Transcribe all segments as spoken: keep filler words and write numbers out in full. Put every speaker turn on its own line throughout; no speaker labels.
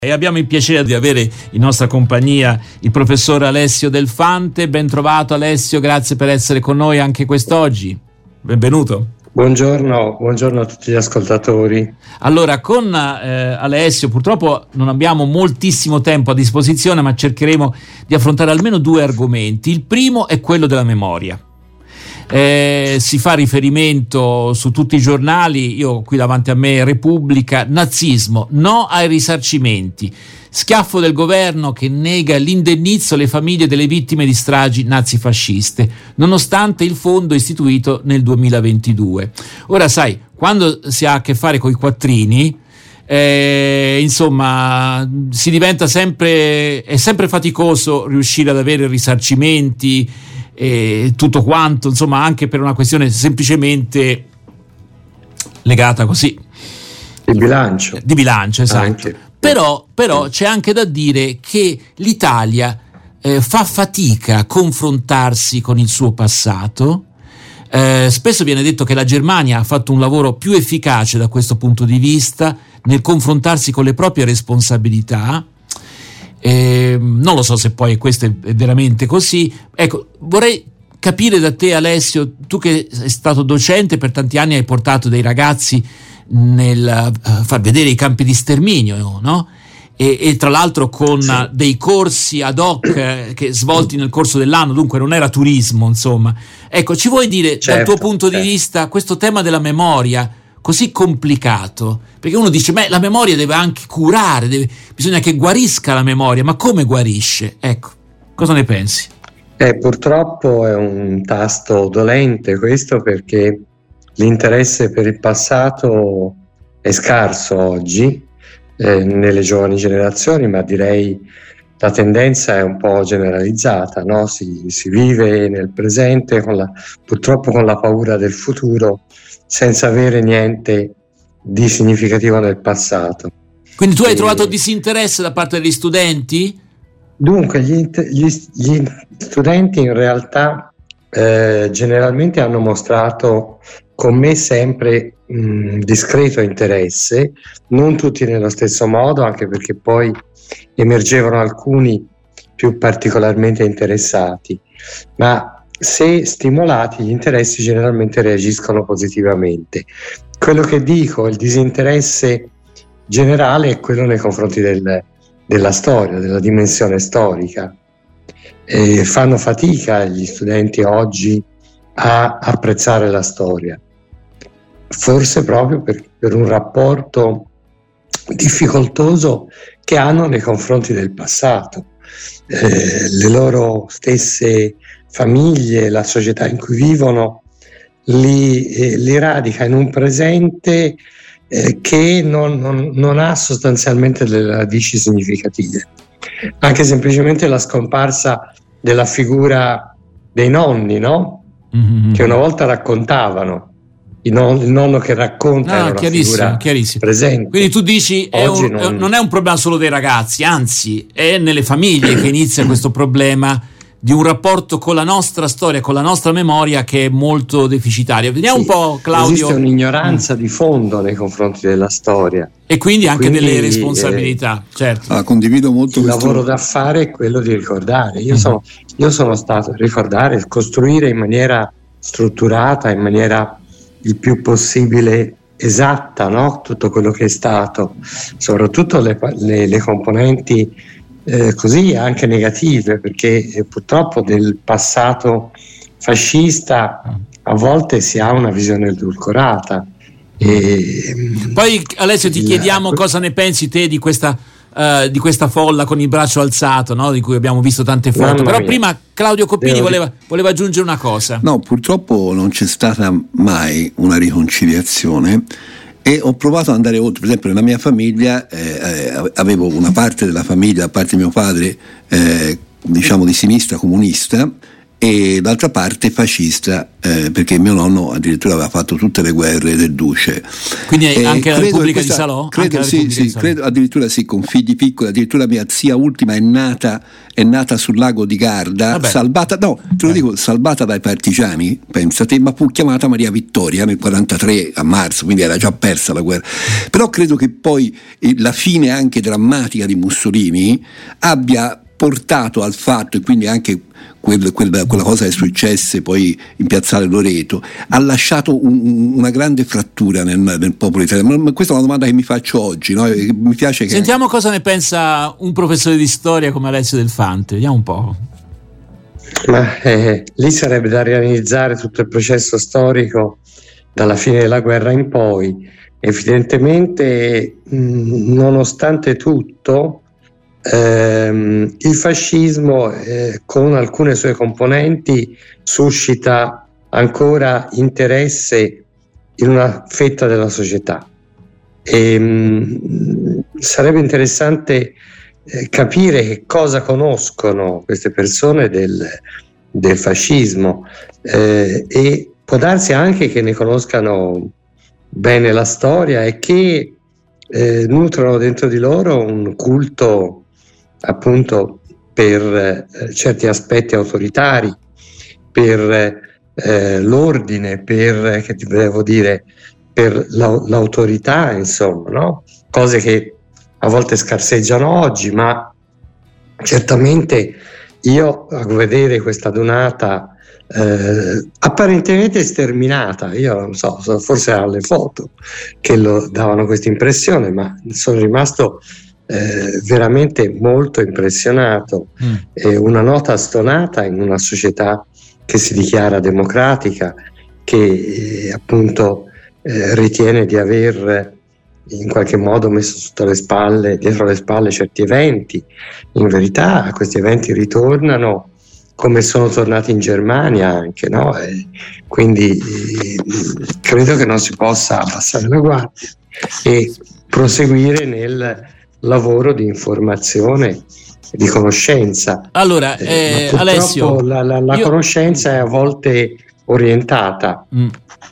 E abbiamo il piacere di avere in nostra compagnia il professor Alessio Del Fante. Ben trovato Alessio, grazie per essere con noi anche quest'oggi. Benvenuto.
Buongiorno, buongiorno a tutti gli ascoltatori.
Allora, con eh, Alessio purtroppo non abbiamo moltissimo tempo a disposizione, ma cercheremo di affrontare almeno due argomenti. Il primo è quello della memoria. Eh, si fa riferimento su tutti i giornali, io qui davanti a me Repubblica, nazismo, no ai risarcimenti, schiaffo del governo che nega l'indennizzo alle famiglie delle vittime di stragi nazifasciste, nonostante il fondo istituito nel duemilaventidue. Ora sai, quando si ha a che fare con i quattrini, eh, insomma, si diventa sempre, è sempre faticoso riuscire ad avere risarcimenti e tutto quanto, insomma, anche per una questione semplicemente legata così
di bilancio
di bilancio esatto. Però, però c'è anche da dire che l'Italia eh, fa fatica a confrontarsi con il suo passato. Eh, spesso viene detto che la Germania ha fatto un lavoro più efficace da questo punto di vista nel confrontarsi con le proprie responsabilità. Eh, non lo so se poi questo è veramente così. Ecco, vorrei capire da te Alessio, tu che sei stato docente per tanti anni, hai portato dei ragazzi nel uh, far vedere i campi di sterminio, no? E, e tra l'altro con sì. dei corsi ad hoc eh, che svolti nel corso dell'anno, dunque non era turismo, insomma. Ecco, ci vuoi dire certo, dal tuo punto certo. di vista questo tema della memoria così complicato? Perché uno dice, beh, la memoria deve anche curare, deve, bisogna che guarisca la memoria, ma come guarisce? Ecco, cosa ne pensi?
Eh, purtroppo è un tasto dolente questo, perché l'interesse per il passato è scarso oggi eh, nelle giovani generazioni, ma direi la tendenza è un po' generalizzata, no? Si, si vive nel presente con la, purtroppo con la paura del futuro, senza avere niente di significativo nel passato.
Quindi tu hai e... trovato disinteresse da parte degli studenti?
Dunque, gli, gli, gli studenti in realtà eh, generalmente hanno mostrato con me sempre mh, discreto interesse, non tutti nello stesso modo, anche perché poi emergevano alcuni più particolarmente interessati, ma se stimolati gli interessi generalmente reagiscono positivamente. Quello che dico, il disinteresse generale è quello nei confronti del, della storia, della dimensione storica. E fanno fatica gli studenti oggi a apprezzare la storia, forse proprio per, per un rapporto difficoltoso che hanno nei confronti del passato. Eh, le loro stesse famiglie, la società in cui vivono li, eh, li radica in un presente eh, che non, non, non ha sostanzialmente delle radici significative. Anche semplicemente la scomparsa della figura dei nonni, no? Mm-hmm. Che una volta raccontavano. Il, non, il nonno che racconta
no,
è una
chiarissimo,
figura
chiarissimo.
presente.
Quindi tu dici è un, non... non è un problema solo dei ragazzi, anzi è nelle famiglie che inizia questo problema di un rapporto con la nostra storia, con la nostra memoria che è molto deficitaria. Vediamo sì, un po', Claudio.
Esiste un'ignoranza mm. di fondo nei confronti della storia.
E quindi anche quindi, delle responsabilità, eh, certo.
Ah, condivido molto
il
questo.
lavoro da fare è quello di ricordare. Io, mm. sono, io sono stato a ricordare, costruire in maniera strutturata, in maniera il più possibile esatta, no? Tutto quello che è stato, soprattutto le, le, le componenti eh, così anche negative, perché eh, purtroppo del passato fascista a volte si ha una visione edulcorata. E,
poi Alessio ti chiediamo la, cosa ne pensi te di questa Uh, di questa folla con il braccio alzato, no? Di cui abbiamo visto tante foto. Però mia. prima Claudio Coppini voleva, voleva aggiungere una cosa.
No, purtroppo non c'è stata mai una riconciliazione e ho provato ad andare oltre. Per esempio nella mia famiglia eh, eh, avevo una parte della famiglia, a parte mio padre eh, diciamo di sinistra comunista, e d'altra parte fascista, eh, perché mio nonno addirittura aveva fatto tutte le guerre del duce.
Quindi eh, anche la Repubblica questa, di Salò?
Credo,
anche
sì, sì, credo addirittura sì, con figli piccoli, addirittura mia zia ultima è nata, è nata sul lago di Garda, Vabbè. salvata, no, te lo dico, salvata dai partigiani, pensate, ma fu chiamata Maria Vittoria nel quarantatré a marzo, quindi era già persa la guerra. Però credo che poi eh, la fine anche drammatica di Mussolini abbia portato al fatto, e quindi anche quel, quel, quella cosa che è successa poi in piazzale Loreto, ha lasciato un, una grande frattura nel, nel popolo italiano. Ma questa è una domanda che mi faccio oggi, no? Mi piace che...
Sentiamo cosa ne pensa un professore di storia come Alessio Delfante, vediamo un po'.
Ma eh, lì sarebbe da realizzare tutto il processo storico dalla fine della guerra in poi. Evidentemente, mh, nonostante tutto, ehm, il fascismo eh, con alcune sue componenti suscita ancora interesse in una fetta della società. E, mh, sarebbe interessante eh, capire che cosa conoscono queste persone del, del fascismo, eh, e può darsi anche che ne conoscano bene la storia e che eh, nutrono dentro di loro un culto appunto per eh, certi aspetti autoritari, per eh, l'ordine, per, che ti devo dire, per la, l'autorità, insomma, no? Cose che a volte scarseggiano oggi, ma certamente io a vedere questa donata Eh, apparentemente sterminata, io non so, forse erano le foto che lo davano questa impressione, ma sono rimasto eh, veramente molto impressionato. Mm. Eh, una nota stonata in una società che si dichiara democratica, che eh, appunto eh, ritiene di aver in qualche modo messo sotto le spalle, dietro le spalle certi eventi. In verità questi eventi ritornano come sono tornati in Germania anche, no? E quindi eh, credo che non si possa abbassare la guardia e proseguire nel lavoro di informazione, di conoscenza.
Allora, eh, eh, Alessio,
la, la, la io... conoscenza è a volte orientata.
Mm.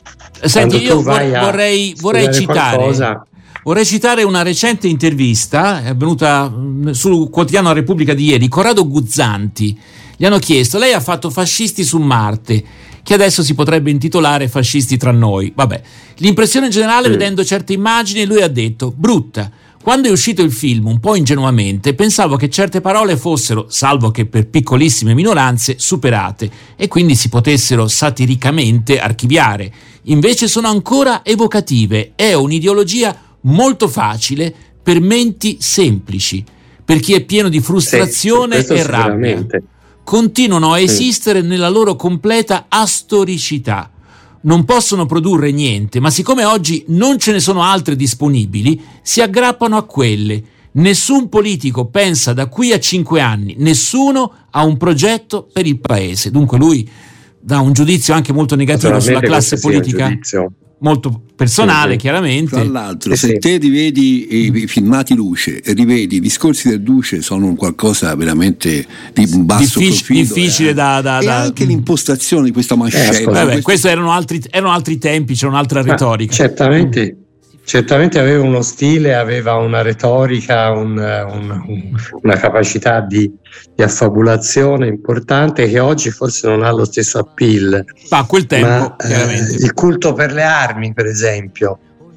Senti, io vor- vorrei, vorrei citare qualcosa... Vorrei citare una recente intervista, è avvenuta sul quotidiano Repubblica di ieri. Corrado Guzzanti gli hanno chiesto: lei ha fatto Fascisti su Marte, che adesso si potrebbe intitolare Fascisti tra noi. Vabbè, l'impressione generale, sì. Vedendo certe immagini, lui ha detto: brutta. Quando è uscito il film, un po' ingenuamente, pensavo che certe parole fossero, salvo che per piccolissime minoranze, superate e quindi si potessero satiricamente archiviare. Invece sono ancora evocative. È un'ideologia molto facile per menti semplici, per chi è pieno di frustrazione sì, e rabbia. Continuano a esistere sì. nella loro completa astoricità. Non possono produrre niente, ma siccome oggi non ce ne sono altre disponibili, si aggrappano a quelle. Nessun politico pensa da qui a cinque anni, nessuno ha un progetto per il paese. Dunque lui dà un giudizio anche molto negativo sulla classe politica. Molto personale, sì, sì. chiaramente.
Tra l'altro,
sì,
se
sì.
te rivedi i filmati Luce e rivedi i discorsi del Duce, sono un qualcosa veramente di un basso
Diffic-
profilo.
Difficile
eh.
da, da,
e
da...
anche l'impostazione di questa mascella.
Eh, Vabbè, questo... Questi erano altri, erano altri tempi, c'era un'altra retorica.
Ma certamente. Certamente aveva uno stile, aveva una retorica, un, un, un, una capacità di, di affabulazione importante che oggi forse non ha lo stesso appeal.
Ma a quel tempo,
ma,
chiaramente.
Eh, il culto per le armi, per esempio,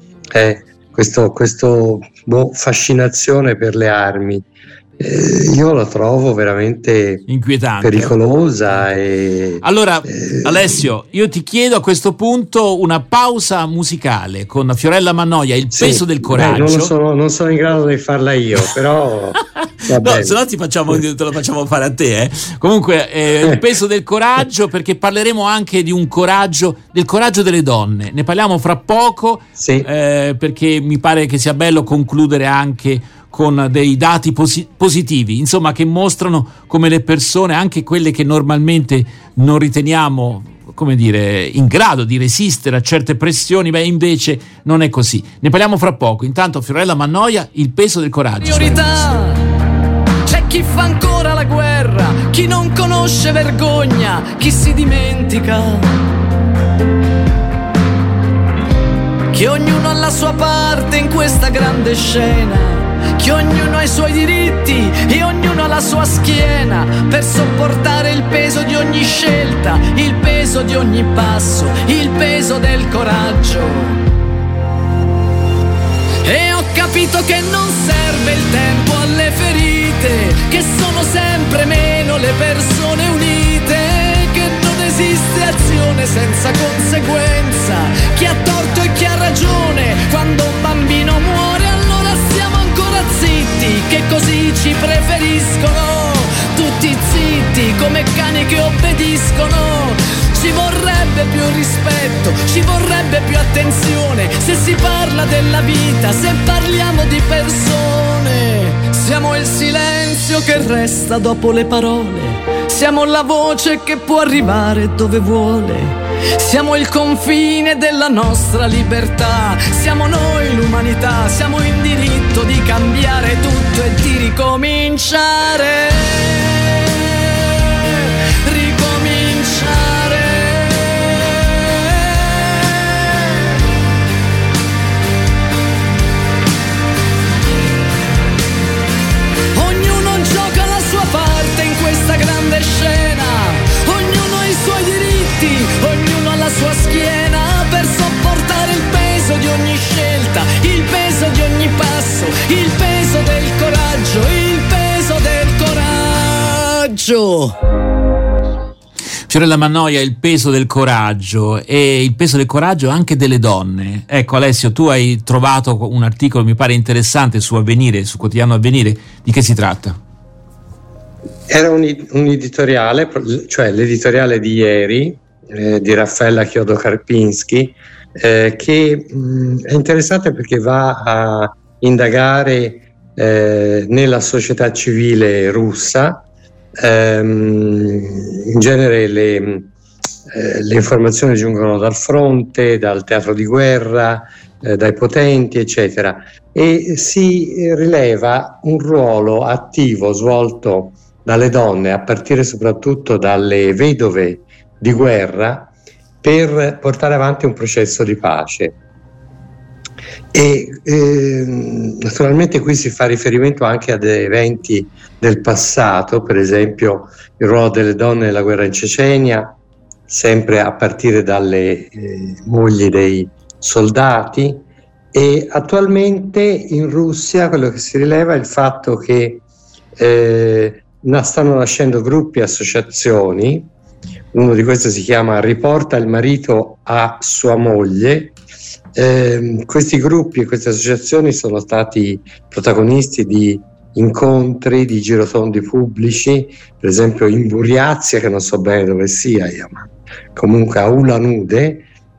eh, questo, questo boh, fascinazione per le armi. Eh, io la trovo veramente
inquietante,
pericolosa. E,
allora, eh, Alessio, io ti chiedo a questo punto una pausa musicale con Fiorella Mannoia, Il
sì,
peso del coraggio.
Beh, non, sono, non sono in grado di farla io, però
no, se no ti facciamo, te lo facciamo fare a te. Eh. Comunque, eh, Il peso del coraggio, perché parleremo anche di un coraggio, del coraggio delle donne. Ne parliamo fra poco,
sì.
eh, perché mi pare che sia bello concludere anche con dei dati posi- positivi, insomma, che mostrano come le persone, anche quelle che normalmente non riteniamo, come dire, in grado di resistere a certe pressioni, beh, invece non è così. Ne parliamo fra poco. Intanto Fiorella Mannoia, Il peso del coraggio.
Priorità. C'è chi fa ancora la guerra, chi non conosce vergogna, chi si dimentica, che ognuno ha la sua parte in questa grande scena, che ognuno ha i suoi diritti e ognuno ha la sua schiena per sopportare il peso di ogni scelta, il peso di ogni passo, il peso del coraggio. E ho capito che non serve il tempo alle ferite, che sono sempre meno le persone unite, che non esiste azione senza conseguenza, chi ha torto e chi ha ragione, quando un bambino muore allora siamo ancora zitti, che così ci preferiscono, tutti zitti come cani che obbediscono. Ci vorrebbe più rispetto, ci vorrebbe più attenzione, se si parla della vita, se parliamo di persone. Siamo il silenzio che resta dopo le parole, siamo la voce che può arrivare dove vuole, siamo il confine della nostra libertà, siamo noi l'umanità, siamo in diritto di cambiare tutto e di ricominciare, ricominciare. Ognuno gioca la sua parte in questa grande scena, ognuno ha i suoi diritti, ognuno ha la sua schiena per sopportare il peso di ogni scelta, il peso di ogni passo, il peso del coraggio, il peso del coraggio.
Fiorella Mannoia, il peso del coraggio e il peso del coraggio anche delle donne. Ecco Alessio, tu hai trovato un articolo mi pare interessante su Avvenire, su Quotidiano Avvenire, di che si tratta?
Era un, un editoriale, cioè l'editoriale di ieri eh, di Raffaella Chiodo Karpinski, eh, che mh, è interessante perché va a indagare eh, nella società civile russa. Ehm, in genere le, eh, le informazioni giungono dal fronte, dal teatro di guerra, eh, dai potenti, eccetera, e si rileva un ruolo attivo svolto dalle donne, a partire soprattutto dalle vedove di guerra, per portare avanti un processo di pace. E eh, naturalmente qui si fa riferimento anche ad eventi del passato, per esempio il ruolo delle donne nella guerra in Cecenia, sempre a partire dalle eh, mogli dei soldati, e attualmente in Russia quello che si rileva è il fatto che eh, stanno nascendo gruppi e associazioni. Uno di questi si chiama Riporta il marito a sua moglie. Eh, questi gruppi e queste associazioni sono stati protagonisti di incontri, di girotondi pubblici, per esempio in Buriazia, che non so bene dove sia io, ma comunque a Ulan-Ude.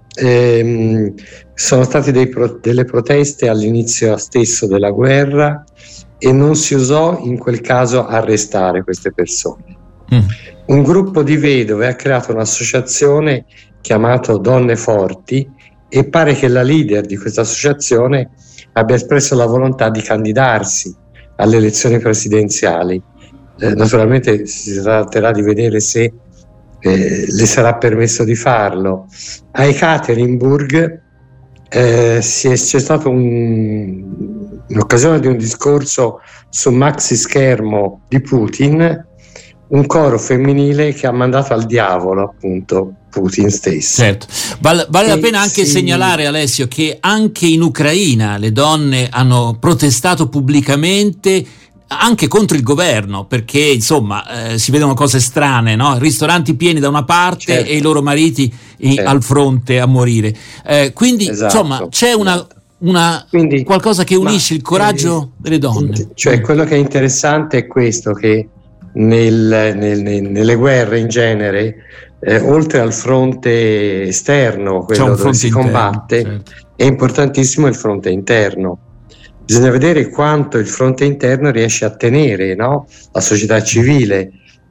Eh, sono state dei pro- delle proteste all'inizio stesso della guerra e non si usò in quel caso arrestare queste persone. Mm. Un gruppo di vedove ha creato un'associazione chiamata Donne Forti e pare che la leader di questa associazione abbia espresso la volontà di candidarsi alle elezioni presidenziali. Eh, naturalmente si tratterà di vedere se eh, le sarà permesso di farlo. A Ekaterinburg eh, si è, c'è stata un, un'occasione di un discorso su maxi schermo di Putin, un coro femminile che ha mandato al diavolo appunto Putin stesso.
Certo, vale, vale la pena anche
sì.
segnalare, Alessio, che anche in Ucraina le donne hanno protestato pubblicamente anche contro il governo, perché insomma eh, si vedono cose strane, no? Ristoranti pieni da una parte, certo, e i loro mariti i, certo. al fronte a morire, eh, quindi esatto. insomma c'è una, una Quindi, qualcosa che unisce il coraggio eh, delle donne.
Cioè quello che è interessante è questo, che Nel, nel, nelle guerre in genere, eh, oltre al fronte esterno, quello dove si interno, combatte, certo. è importantissimo il fronte interno. Bisogna vedere quanto il fronte interno riesce a tenere, no? La società civile,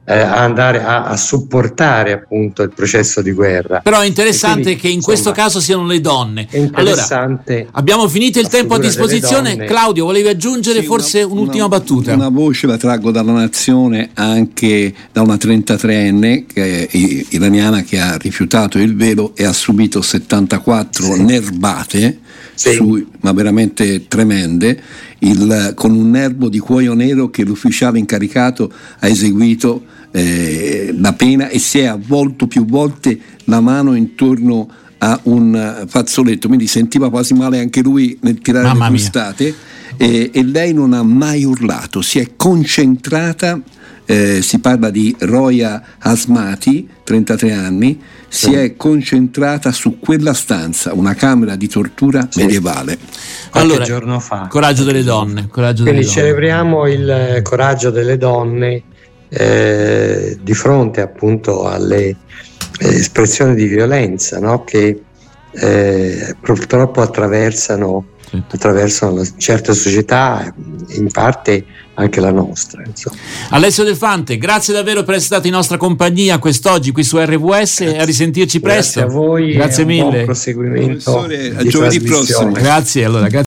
eh, a andare a, a supportare appunto il processo di guerra.
Però è interessante quindi, che in insomma, questo caso siano le donne. Allora, abbiamo finito il tempo a disposizione. Claudio, volevi aggiungere sì, forse una, un'ultima
una,
battuta?
Una voce la traggo dalla Nazione, anche da una trentatreenne che è iraniana, che ha rifiutato il velo e ha subito settantaquattro sì. nerbate, sì. Su, ma veramente tremende, il, con un nervo di cuoio nero che l'ufficiale incaricato ha eseguito eh, la pena, e si è avvolto più volte la mano intorno a un fazzoletto, quindi sentiva quasi male anche lui nel tirare Mamma le bustate, e, e lei non ha mai urlato, si è concentrata. Eh, si parla di Roya Asmati, trentatré anni, sì. si è concentrata su quella stanza, una camera di tortura sì. medievale.
Qualche allora, giorno fa.
Coraggio delle donne. Coraggio
Quindi
delle
celebriamo
donne.
il coraggio delle donne eh, di fronte appunto alle eh, espressioni di violenza, no? che eh, purtroppo attraversano, sì. attraversano certe società, in parte anche la nostra, insomma.
Alessio Del Fante, grazie davvero per essere stato in nostra compagnia quest'oggi qui su R W S. Grazie. A risentirci presto.
Grazie a voi,
grazie mille.
Buon proseguimento
a giovedì prossimo.
Grazie, allora, grazie.